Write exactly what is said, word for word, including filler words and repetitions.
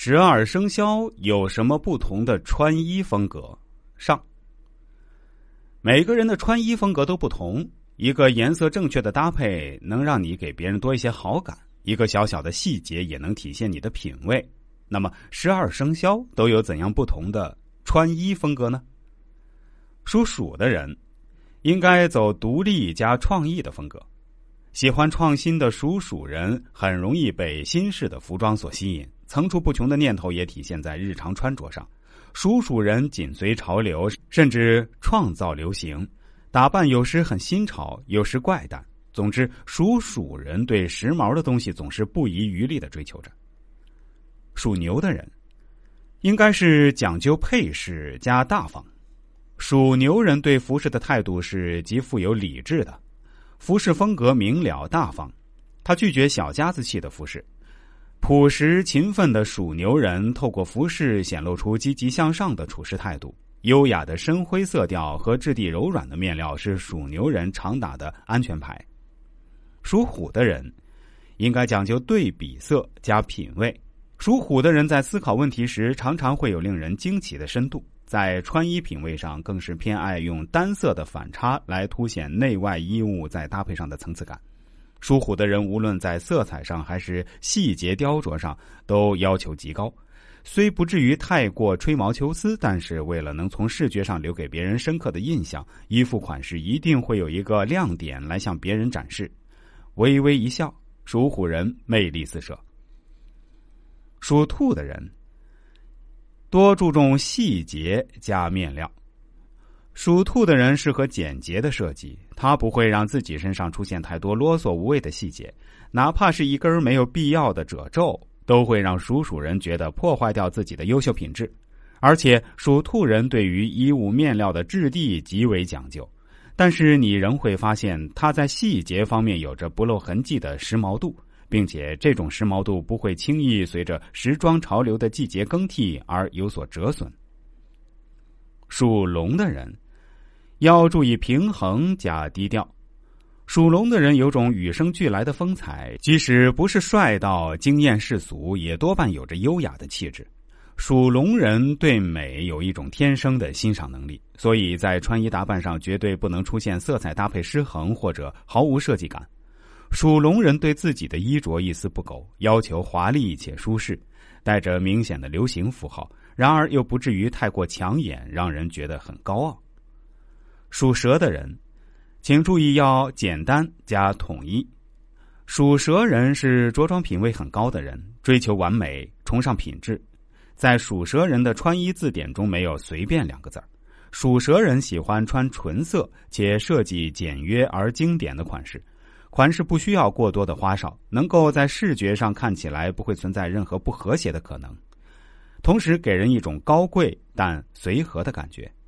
十二生肖有什么不同的穿衣风格？上。每个人的穿衣风格都不同，一个颜色正确的搭配能让你给别人多一些好感，一个小小的细节也能体现你的品味。那么十二生肖都有怎样不同的穿衣风格呢？属鼠的人应该走独立加创意的风格。喜欢创新的属鼠人很容易被新式的服装所吸引，层出不穷的念头也体现在日常穿着上。属鼠人紧随潮流，甚至创造流行，打扮有时很新潮，有时怪诞。总之，属鼠人对时髦的东西总是不遗余力地追求着。属牛的人应该是讲究配饰加大方。属牛人对服饰的态度是极富有理智的，服饰风格明了大方，他拒绝小家子气的服饰。朴实勤奋的属牛人透过服饰显露出积极向上的处事态度。优雅的深灰色调和质地柔软的面料是属牛人常打的安全牌。属虎的人应该讲究对比色加品味。属虎的人在思考问题时常常会有令人惊奇的深度，在穿衣品味上更是偏爱用单色的反差来凸显内外衣物在搭配上的层次感。属虎的人无论在色彩上还是细节雕琢上都要求极高，虽不至于太过吹毛求疵，但是为了能从视觉上留给别人深刻的印象，衣服款式一定会有一个亮点来向别人展示。微微一笑，属虎人魅力四射。属兔的人多注重细节加面料。属兔的人适合简洁的设计，他不会让自己身上出现太多啰嗦无谓的细节，哪怕是一根没有必要的褶皱，都会让属鼠人觉得破坏掉自己的优秀品质。而且属兔人对于衣物面料的质地极为讲究，但是你仍会发现他在细节方面有着不露痕迹的时髦度，并且这种时髦度不会轻易随着时装潮流的季节更替而有所折损。属龙的人要注意平衡加低调。属龙的人有种与生俱来的风采，即使不是帅到惊艳世俗，也多半有着优雅的气质。属龙人对美有一种天生的欣赏能力，所以在穿衣打扮上绝对不能出现色彩搭配失衡或者毫无设计感。属龙人对自己的衣着一丝不苟，要求华丽且舒适，带着明显的流行符号，然而又不至于太过抢眼，让人觉得很高傲。属蛇的人请注意要简单加统一。属蛇人是着装品味很高的人，追求完美，崇尚品质。在属蛇人的穿衣字典中没有随便两个字儿。属蛇人喜欢穿纯色且设计简约而经典的款式，款式不需要过多的花哨，能够在视觉上看起来不会存在任何不和谐的可能，同时给人一种高贵但随和的感觉。